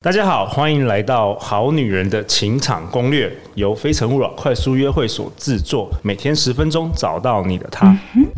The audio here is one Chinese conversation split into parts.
大家好，欢迎来到好女人的情场攻略，由非诚勿扰快速约会所制作，每天10分钟，找到你的他。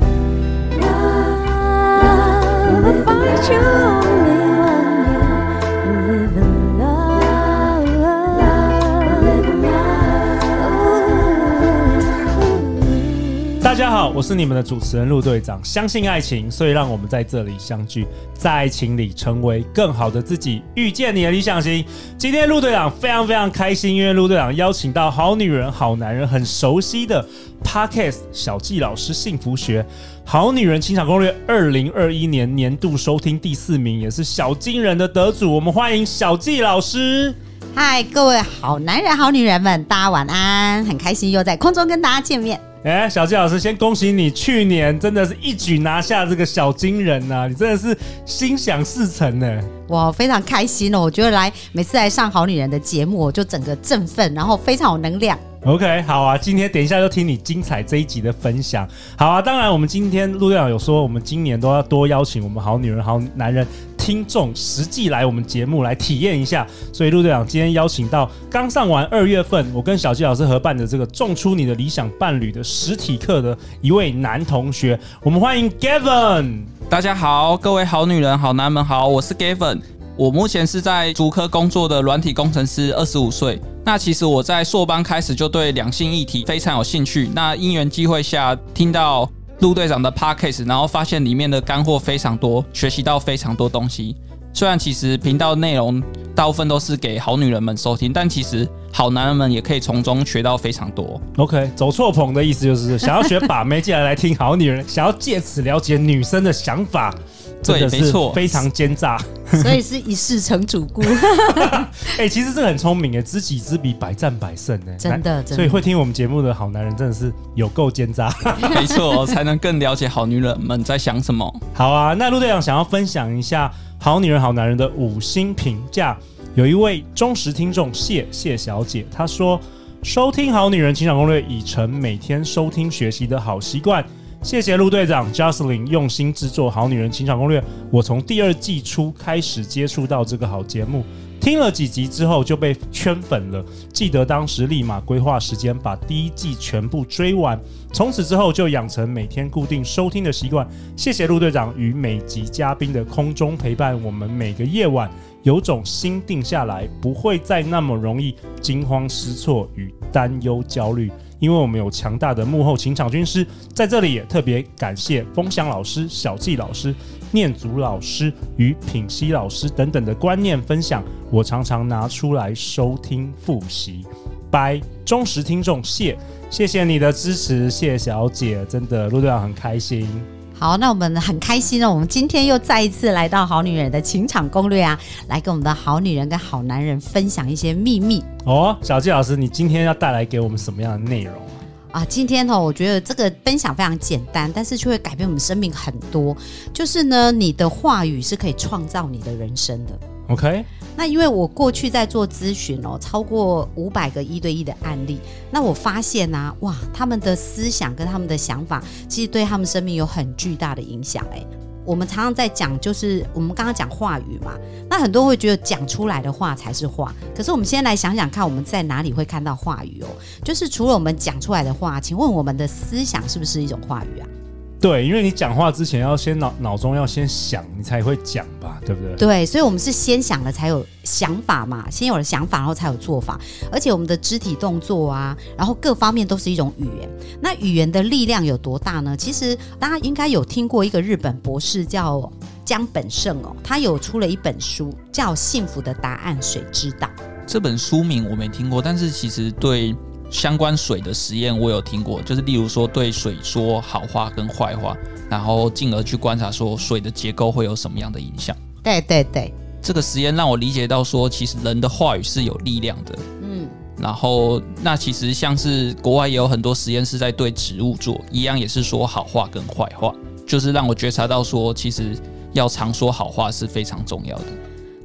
大家好，我是你们的主持人陆队长。相信爱情，所以让我们在这里相聚，在爱情里成为更好的自己，遇见你的理想型。今天陆队长非常开心，因为陆队长邀请到好女人好男人很熟悉的 Podcast 小纪老师幸福学好女人情场攻略2021年年度收听第4名，也是小金人的得主。我们欢迎小纪老师。 嗨，各位好男人好女人们，大家晚安，很开心又在空中跟大家见面。 小纪老师，先恭喜你，去年真的是一举拿下这个小金人啊！你真的是心想事成呢。 我非常开心哦，我觉得每次来上好女人的节目，我就整个振奋，然后非常有能量。 OK， 好啊，今天等一下就听你精彩这一集的分享。好啊，当然我们今天陆队长有说，我们今年都要多邀请我们好女人好男人听众实际来我们节目来体验一下，所以陆队长今天邀请到刚上完2月份我跟小纪老师合办的这个种出你的理想伴侣的实体课的一位男同学，我们欢迎 Gavin。 大家好，各位好女人好男人们好，我是 Gavin。 我目前是在竹科工作的软体工程师，25岁。那其实我在硕班开始就对两性议题非常有兴趣，那因缘机会下听到陆队长的 Podcast， 然后发现里面的干货非常多，学习到非常多东西。虽然其实频道内容大部分都是给好女人们收听，但其实好男人们也可以从中学到非常多。 OK， 走错棚的意思就是想要学把妹，进来听好女人，想要借此了解女生的想法，真的是非常奸诈， 所以是一世成主顾。 其实这个很聪明耶，知己知彼，百战百胜耶， 真的。 所以会听我们节目的好男人真的是有够奸诈。 没错，才能更了解好女人们在想什么。 好啊，那陆队长想要分享一下好女人好男人的5星评价。有一位忠实听众谢小姐，她说收听好女人情场攻略已成每天收听学习的好习惯，谢谢陆队长 Jocelyn 用心制作好女人情场攻略，我从第2季初开始接触到这个好节目，听了几集之后就被圈粉了，记得当时立马规划时间把第1季全部追完，从此之后就养成每天固定收听的习惯。谢谢陆队长与每集嘉宾的空中陪伴，我们每个夜晚有种心定下来，不会再那么容易惊慌失措与担忧焦虑，因为我们有强大的幕后情场军师。在这里也特别感谢风翔老师、小纪老师、念祖老师与品熙老师等等的观念分享，我常常拿出来收听复习。拜，忠实听众谢谢你的支持，谢小姐，真的陆队长很开心。 好，那我们很开心哦，我们今天又再一次来到好女人的情场攻略啊，来跟我们的好女人跟好男人分享一些秘密。 小纪老师，你今天要带来给我们什么样的内容啊？今天我觉得这个分享非常简单，但是却会改变我们生命很多。就是呢，你的话语是可以创造你的人生的。 OK， 那因为我过去在做咨询超过500个1对1的案例，那我发现哇，他们的思想跟他们的想法，其实对他们生命有很巨大的影响。我们常常在讲，就是我们刚刚讲话语嘛，那很多人会觉得讲出来的话才是话，可是我们先来想想看，我们在哪里会看到话语就是除了我们讲出来的话，请问我们的思想是不是一种话语啊？ 对，因为你讲话之前要先脑中要先想，你才会讲吧，对不对？ 对，所以我们是先想了才有想法嘛，先有了想法，然后才有做法，而且我们的肢体动作啊，然后各方面都是一种语言。那语言的力量有多大呢？其实大家应该有听过一个日本博士叫江本胜他有出了一本书叫《幸福的答案谁知道》。 这本书名我没听过，但是其实对相关水的实验我有听过，就是例如说对水说好话跟坏话，然后进而去观察说水的结构会有什么样的影响。 对， 这个实验让我理解到说，其实人的话语是有力量的。然后那其实像是国外也有很多实验是在对植物做，一样也是说好话跟坏话，就是让我觉察到说，其实要常说好话是非常重要的。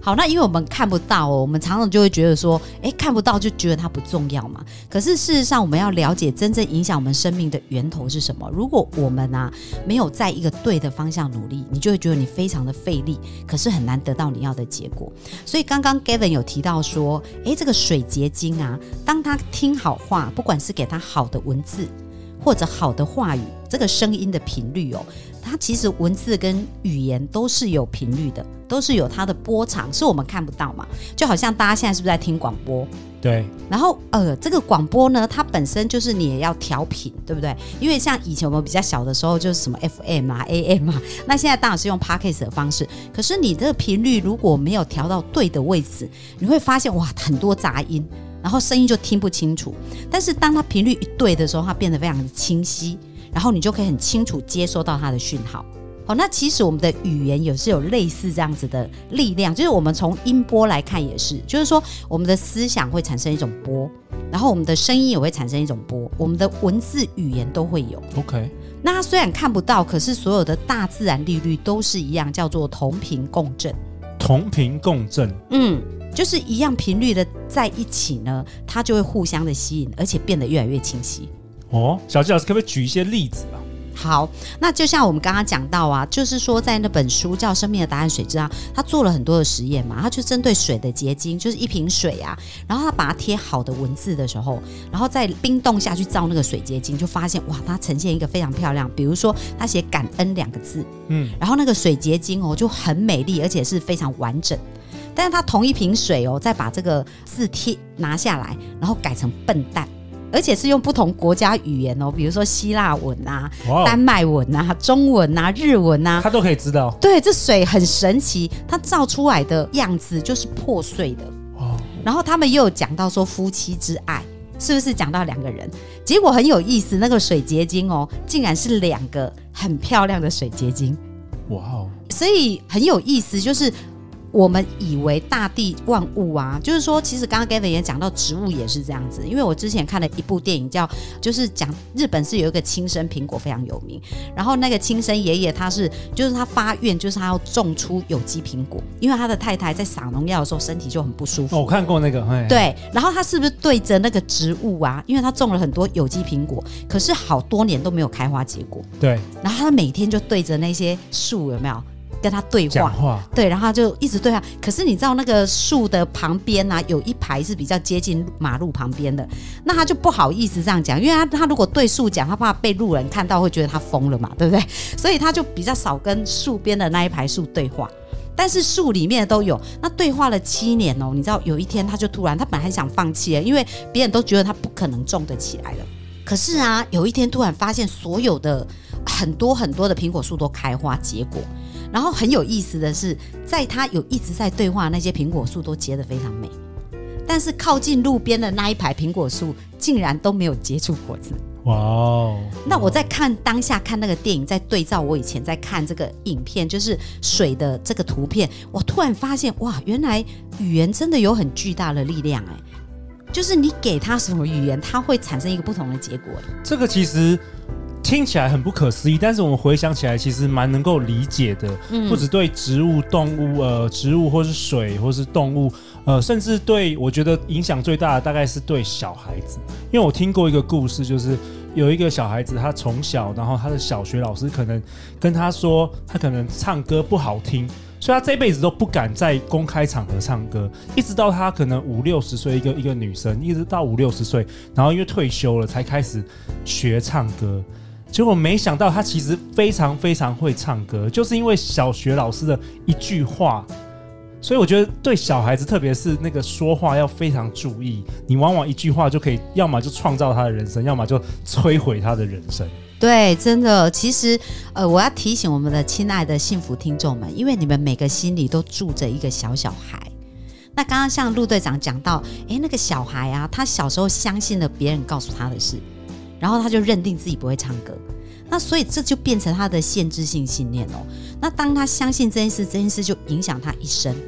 好，那因为我们看不到我们常常就会觉得说，看不到就觉得它不重要嘛。可是事实上，我们要了解真正影响我们生命的源头是什么。如果我们没有在一个对的方向努力，你就会觉得你非常的费力，可是很难得到你要的结果。所以刚刚 Gavin 有提到说，这个水结晶当他听好话，不管是给他好的文字或者好的话语，这个声音的频率它其实文字跟语言都是有频率的，都是有它的波长，是我们看不到嘛。就好像大家现在是不是在听广播？ 对。 然后这个广播呢，它本身就是你也要调频，对不对？因为像以前我们比较小的时候，就是什么 FM AM 那现在当然是用 Podcast 的方式。可是你的频率如果没有调到对的位置，你会发现哇，很多杂音，然后声音就听不清楚。但是当它频率一对的时候，它变得非常的清晰，然后你就可以很清楚接收到它的讯号。那其实我们的语言也是有类似这样子的力量，就是我们从音波来看也是，就是说我们的思想会产生一种波，然后我们的声音也会产生一种波，我们的文字语言都会有。 OK， 那它虽然看不到，可是所有的大自然律律都是一样，叫做同频共振。 同频共振， 就是一样频率的在一起呢，它就会互相的吸引，而且变得越来越清晰。 小纪老师可不可以举一些例子啊？ 好，那就像我们刚刚讲到就是说在那本书叫《生命的答案水之》他做了很多的实验嘛，他就针对水的结晶，就是一瓶水然后他把它贴好的文字的时候，然后在冰冻下去照那个水结晶，就发现哇，它呈现一个非常漂亮，比如说他写感恩2个字，然后那个水结晶就很美丽，而且是非常完整。但是他同一瓶水再把这个字贴拿下来，然后改成笨蛋，而且是用不同国家语言比如说希腊文丹麦文中文日文他都可以知道。 对，这水很神奇，它照出来的样子就是破碎的。然后他们又有讲到说夫妻之爱，是不是讲到2个人？结果很有意思，那个水结晶竟然是2个很漂亮的水结晶。所以很有意思，就是我们以为大地万物就是说其实刚刚 Gavin 也讲到植物也是这样子。因为我之前看了一部电影就是讲日本是有一个亲生苹果非常有名，然后那个亲生爷爷就是他发愿，就是他要种出有机苹果，因为他的太太在撒农药的时候身体就很不舒服。 我看过那个。 对，然后他是不是对着那个植物因为他种了很多有机苹果，可是好多年都没有开花结果。 对， 然后他每天就对着那些树，有没有跟他对话？ 讲话。对， 然后他就一直对话。可是你知道那个树的旁边有一排是比较接近马路旁边的，那他就不好意思这样讲，因为他如果对树讲，他怕被路人看到会觉得他疯了嘛，对不对？所以他就比较少跟树边的那一排树对话。但是树里面都有，那对话了7年你知道有一天他就突然，他本来很想放弃了，因为别人都觉得他不可能种得起来了。可是有一天突然发现所有的很多很多的苹果树都开花结果，然后很有意思的是，在他有一直在对话，那些苹果树都结得非常美，但是靠近路边的那一排苹果树竟然都没有结出果子。那我在当下看那个电影，在对照我以前在看这个影片，就是水的这个图片，我突然发现哇，原来语言真的有很巨大的力量就是你给他什么语言，他会产生一个不同的结果。 这个其实听起来很不可思议，但是我们回想起来其实蛮能够理解的。不只对植物、动物，植物或是水或是动物，甚至对我觉得影响最大的大概是对小孩子。因为我听过一个故事，就是有一个小孩子，他从小，然后他的小学老师可能跟他说，他可能唱歌不好听，所以他这辈子都不敢在公开场合唱歌，一直到他可能50-60岁，一个女生，一直到50-60岁，然后因为退休了才开始学唱歌。结果没想到他其实非常非常会唱歌，就是因为小学老师的一句话。所以我觉得对小孩子，特别是那个说话要非常注意，你往往一句话就可以，要么就创造他的人生，要么就摧毁他的人生。 对，真的，其实我要提醒我们的亲爱的幸福听众们，因为你们每个心里都住着一个小小孩。那刚刚像陆队长讲到，那个小孩他小时候相信了别人告诉他的事，然后他就认定自己不会唱歌，那所以这就变成他的限制性信念那当他相信这件事，这件事就影响他一生。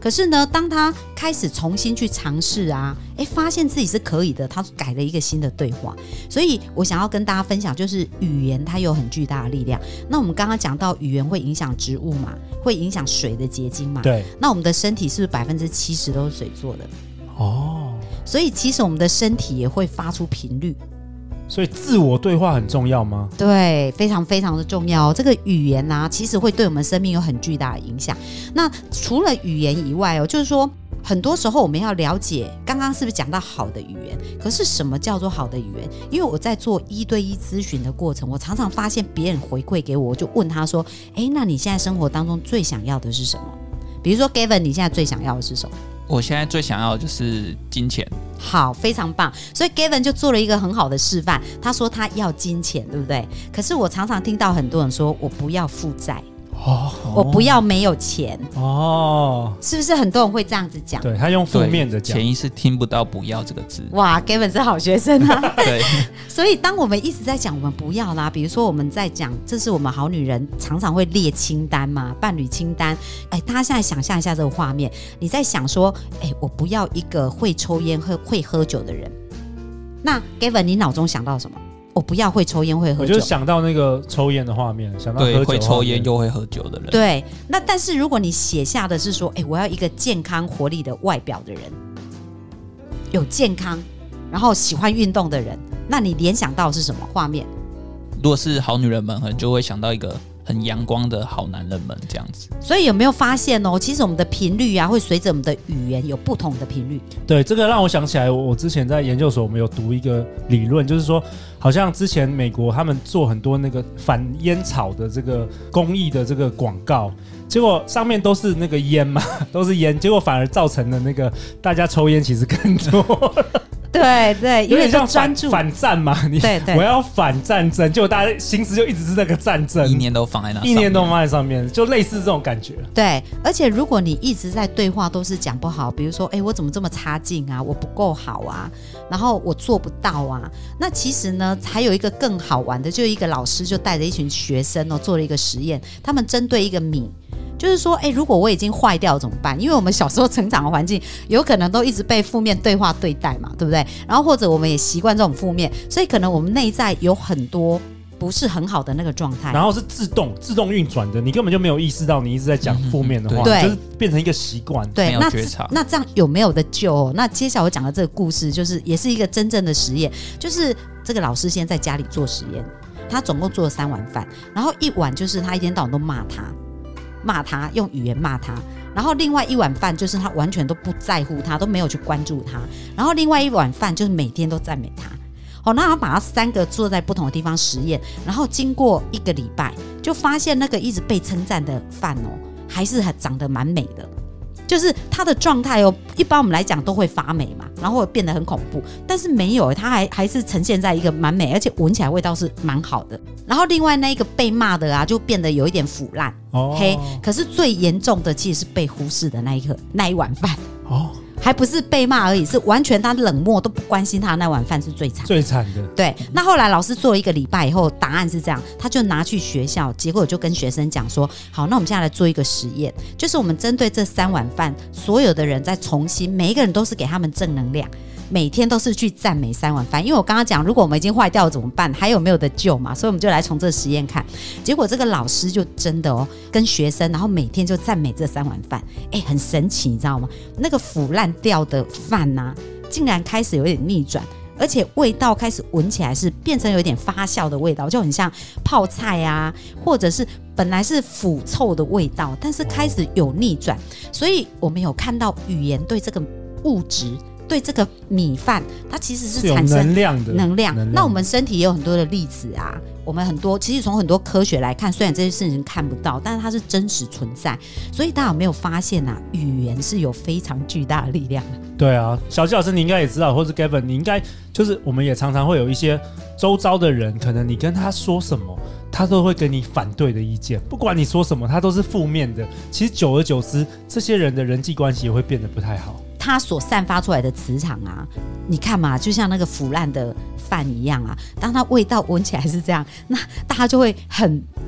可是呢，当他开始重新去尝试啊，发现自己是可以的，他改了一个新的对话。所以我想要跟大家分享，就是语言它有很巨大的力量。那我们刚刚讲到语言会影响植物嘛，会影响水的结晶嘛， 对。 那我们的身体是不是70%都是水做的？ 哦， 所以其实我们的身体也会发出频率。 所以自我对话很重要吗？ 对，非常非常的重要。这个语言啊，其实会对我们生命有很巨大的影响。那除了语言以外就是说很多时候我们要了解，刚刚是不是讲到好的语言？可是什么叫做好的语言？因为我在做1对1咨询的过程，我常常发现别人回馈给我，我就问他说：那你现在生活当中最想要的是什么？比如说 Gavin， 你现在最想要的是什么？ 我现在最想要的就是金钱。 好，非常棒。所以 Gavin 就做了一个很好的示范，他说他要金钱，对不对？可是我常常听到很多人说，我不要负债。我不要没有钱。是不是很多人会这样子讲？ 对，他用负面的讲， 潜意识听不到不要这个字。 哇 Gavin 是好学生啊。 对。 所以当我们一直在讲我们不要啦，比如说我们在讲，这是我们好女人常常会列清单嘛，伴侣清单。大家现在想象一下这个画面，你在想说，我不要一个会抽烟会喝酒的人。那 Gavin 你脑中想到什么？我不要会抽烟会喝酒， 我就想到那个抽烟的画面，想到喝酒对会抽烟又会喝酒的人。 对，那但是如果你写下的是说，我要一个健康活力的外表的人，有健康，然后喜欢运动的人，那你联想到的是什么画面？ 如果是好女人们，可能就会想到一个很阳光的好男人们这样子。 所以有没有发现哦？其实我们的频率啊，会随着我们的语言有不同的频率。 对，这个让我想起来，我之前在研究所，我们有读一个理论，就是说，好像之前美国他们做很多那个反烟草的这个公益的这个广告，结果上面都是那个烟嘛，都是烟，结果反而造成了那个大家抽烟其实更多。 对对，因为就专注反战嘛，对，我要反战争，就大家心思就一直是那个战争， 意念都放在那， 意念都放在上面，就类似这种感觉。 对，而且如果你一直在对话都是讲不好，比如说，我怎么这么差劲啊，我不够好啊，然后我做不到啊，那其实呢，还有一个更好玩的，就一个老师就带着一群学生做了一个实验，他们针对一个米。就是说，如果我已经坏掉怎么办？因为我们小时候成长的环境有可能都一直被负面对话对待嘛，对不对？然后或者我们也习惯这种负面，所以可能我们内在有很多不是很好的那个状态， 然后是自动运转的，你根本就没有意识到你一直在讲负面的话，就是变成一个习惯， 对， 没有觉察。 那这样有没有的救？那接下来我讲的这个故事，就是也是一个真正的实验，就是这个老师先在家里做实验，他总共做了3碗饭，然后1碗就是他一天到晚都骂他，用语言骂他，然后另外1碗饭就是他完全都不在乎他，都没有去关注他，然后另外1碗饭就是每天都赞美他。那他把他3个坐在不同的地方实验，然后经过1个礼拜，就发现那个一直被称赞的饭还是长得蛮美的。就是它的状态一般我们来讲都会发霉嘛，然后会变得很恐怖，但是没有，它还是呈现在一个蛮美，而且闻起来味道是蛮好的。然后另外那一个被骂的啊，就变得有一点腐烂，黑。可是最严重的其实是被忽视的那一碗饭还不是被骂而已，是完全他冷漠都不关心他，那碗饭是最惨的。 对，那后来老师做了1个礼拜以后，答案是这样，他就拿去学校，结果就跟学生讲说，好，那我们现在来做一个实验，就是我们针对这3碗饭，所有的人再重新，每一个人都是给他们正能量。每天都是去赞美3碗饭，因为我刚刚讲，如果我们已经坏掉了怎么办？还有没有的救嘛？所以我们就来从这个实验看。结果这个老师就真的跟学生，然后每天就赞美这3碗饭，很神奇，你知道吗？那个腐烂掉的饭啊，竟然开始有点逆转，而且味道开始闻起来是变成有点发酵的味道，就很像泡菜啊，或者是本来是腐臭的味道，但是开始有逆转。所以我们有看到语言对这个物质。对这个米饭，它其实是产生能量。那我们身体也有很多的粒子啊，我们很多其实从很多科学来看，虽然这些事情看不到，但是它是真实存在。所以大家有没有发现啊？语言是有非常巨大的力量的。 对啊，小纪老师你应该也知道，或是 Gavin 你应该就是我们也常常会有一些周遭的人，可能你跟他说什么，他都会给你反对的意见，不管你说什么，他都是负面的。其实久而久之，这些人的人际关系也会变得不太好。 它所散发出来的磁场啊，你看嘛，就像那个腐烂的饭一样啊，当它味道闻起来是这样，那大家就会很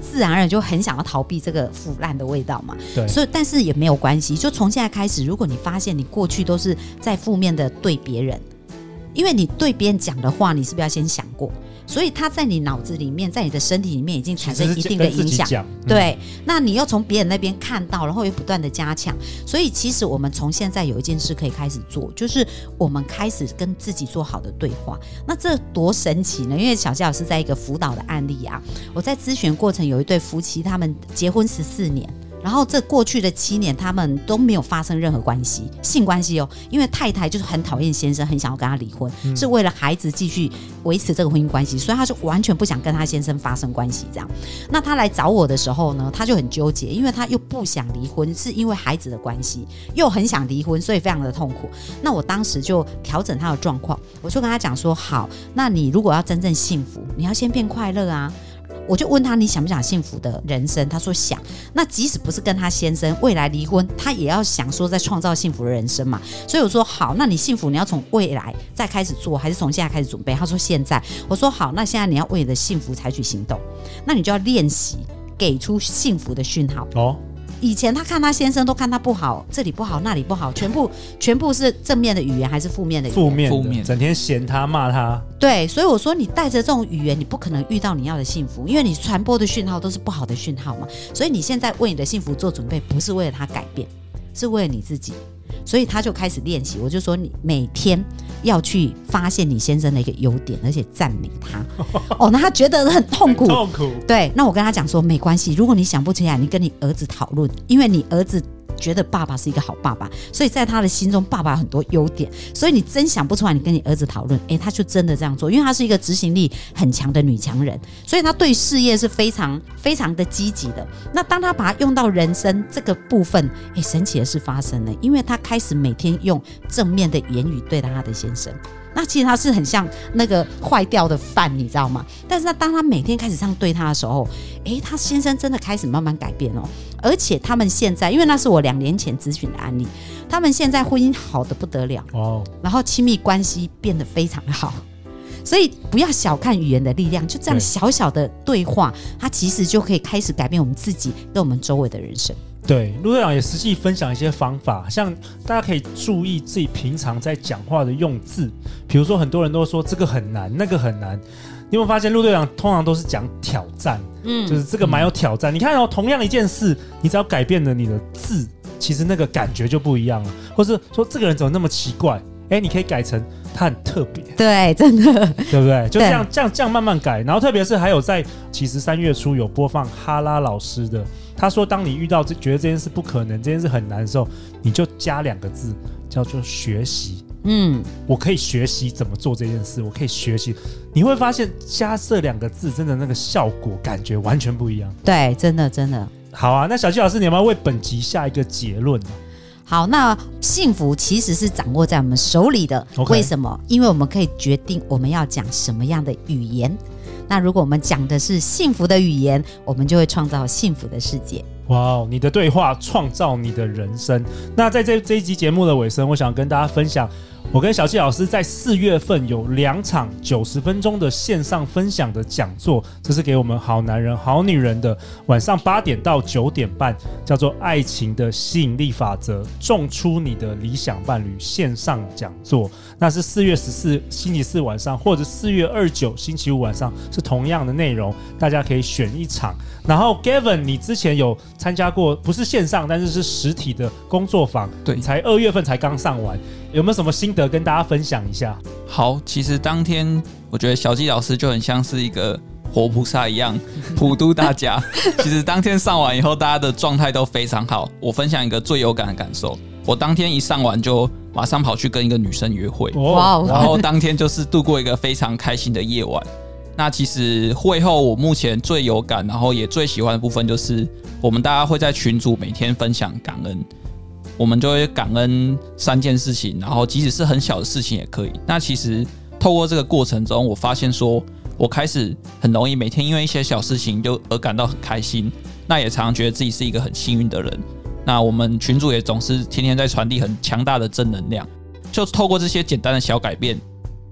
自然而然就很想要逃避这个腐烂的味道嘛。 对， 所以但是也没有关系，就从现在开始，如果你发现你过去都是在负面的对别人，因为你对别人讲的话，你是不是要先想过？所以它在你脑子里面，在你的身体里面已经产生一定的影响。对，那你又从别人那边看到，然后又不断的加强。所以其实我们从现在有一件事可以开始做，就是我们开始跟自己做好的对话。那这多神奇呢？因为小纪老师在一个辅导的案例啊，我在咨询过程有一对夫妻，他们结婚14年。然后这过去的7年，他们都没有发生任何关系，性关系哦，因为太太就是很讨厌先生，很想要跟他离婚，是为了孩子继续维持这个婚姻关系，所以他就完全不想跟他先生发生关系这样。那他来找我的时候呢，他就很纠结，因为他又不想离婚，是因为孩子的关系，又很想离婚，所以非常的痛苦。那我当时就调整他的状况，我就跟他讲说，好，那你如果要真正幸福，你要先变快乐啊。我就问他，你想不想幸福的人生？他说想。那即使不是跟他先生，未来离婚，他也要想说在创造幸福的人生嘛。所以我说好，那你幸福你要从未来再开始做，还是从现在开始准备？他说现在。我说好，那现在你要为你的幸福采取行动，那你就要练习给出幸福的讯号。哦。以前他看他先生都看他不好，这里不好那里不好，全部是正面的语言还是负面的语言？ 负面，整天嫌他骂他。 对，所以我说你带着这种语言，你不可能遇到你要的幸福，因为你传播的讯号都是不好的讯号嘛。所以你现在为你的幸福做准备，不是为了他改变，是为了你自己。所以他就开始练习，我就说你每天要去发现你先生的一个优点，而且赞美他。哦，那他觉得很痛苦， 痛苦。 对，那我跟他讲说没关系，如果你想不起来，你跟你儿子讨论，因为你儿子觉得爸爸是一个好爸爸，所以在他的心中爸爸有很多优点，所以你真想不出来，你跟你儿子讨论，他就真的这样做，因为他是一个执行力很强的女强人，所以他对事业是非常非常的积极的。那当他把它用到人生这个部分，神奇的事发生了，因为他开始每天用正面的言语对待他的先生。那其实他是很像那个坏掉的饭，你知道吗？但是当他每天开始这样对他的时候，他先生真的开始慢慢改变哦。而且他们现在，因为那是我2年前咨询的案例，他们现在婚姻好得不得了哦，然后亲密关系变得非常的好。所以不要小看语言的力量，就这样小小的对话，它其实就可以开始改变我们自己跟我们周围的人生。 对，陆队长也实际分享一些方法，像大家可以注意自己平常在讲话的用字，比如说很多人都说这个很难，那个很难。你有没有发现陆队长通常都是讲挑战，就是这个蛮有挑战。你看哦，同样一件事，你只要改变了你的字，其实那个感觉就不一样了。或是说这个人怎么那么奇怪，你可以改成他很特别。 对，真的， 对不对？就这样慢慢改。然后特别是还有在其实3月初有播放哈拉老师的，他说当你遇到觉得这件事不可能，这件事很难的时候，你就加2个字，叫做学习。我可以学习怎么做这件事，我可以学习。你会发现加这2个字，真的那个效果感觉完全不一样。 对，真的真的。 好啊，那小纪老师，你有没有为本集下一个结论呢？ 好，那幸福其实是掌握在我们手里的。为什么？因为我们可以决定我们要讲什么样的语言。那如果我们讲的是幸福的语言，我们就会创造幸福的世界。 哇，你的对话创造你的人生。那在这一集节目的尾声，我想跟大家分享，我跟小纪老师在4月份有2场90分钟的线上分享的讲座，这是给我们好男人好女人的，晚上8点到9点半，叫做爱情的吸引力法则，种出你的理想伴侣线上讲座。那是4月14星期四晚上，或者4月29星期五晚上，是同样的内容，大家可以选一场。然后 Gavin， 你之前有参加过，不是线上，但是是实体的工作坊，对，你才2月份才刚上完，有没有什么心得跟大家分享一下？ 好，其实当天我觉得小纪老师就很像是一个活菩萨一样普渡大家。其实当天上完以后，大家的状态都非常好。我分享一个最有感的感受，我当天一上完就马上跑去跟一个女生约会，然后当天就是度过一个非常开心的夜晚。那其实会后我目前最有感，然后也最喜欢的部分就是我们大家会在群组每天分享感恩，我们就会感恩3件事情，然后即使是很小的事情也可以。那其实透过这个过程中，我发现说我开始很容易每天因为一些小事情就而感到很开心，那也常常觉得自己是一个很幸运的人。那我们群组也总是天天在传递很强大的正能量，就透过这些简单的小改变，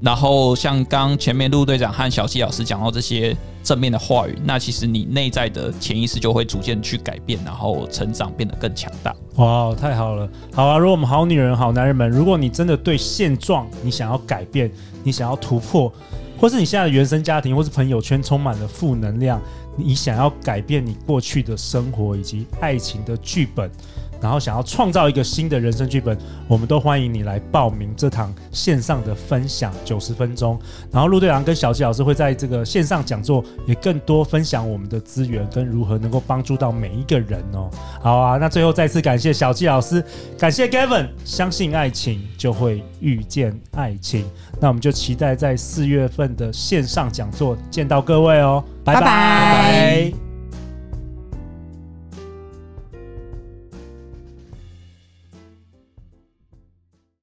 然后像刚前面陆队长和小纪老师讲到这些正面的话语，那其实你内在的潜意识就会逐渐去改变，然后成长变得更强大。 哇，太好了！好啊，如果我们好女人、好男人们，如果你真的对现状你想要改变，你想要突破，或是你现在的原生家庭或是朋友圈充满了负能量，你想要改变你过去的生活以及爱情的剧本，然后想要创造一个新的人生剧本，我们都欢迎你来报名这堂线上的分享90分钟。然后陆队长跟小纪老师会在这个线上讲座也更多分享我们的资源跟如何能够帮助到每一个人哦。好啊，那最后再次感谢小纪老师，感谢 Gavin， 相信爱情就会遇见爱情。那我们就期待在4月份的线上讲座见到各位哦，拜拜。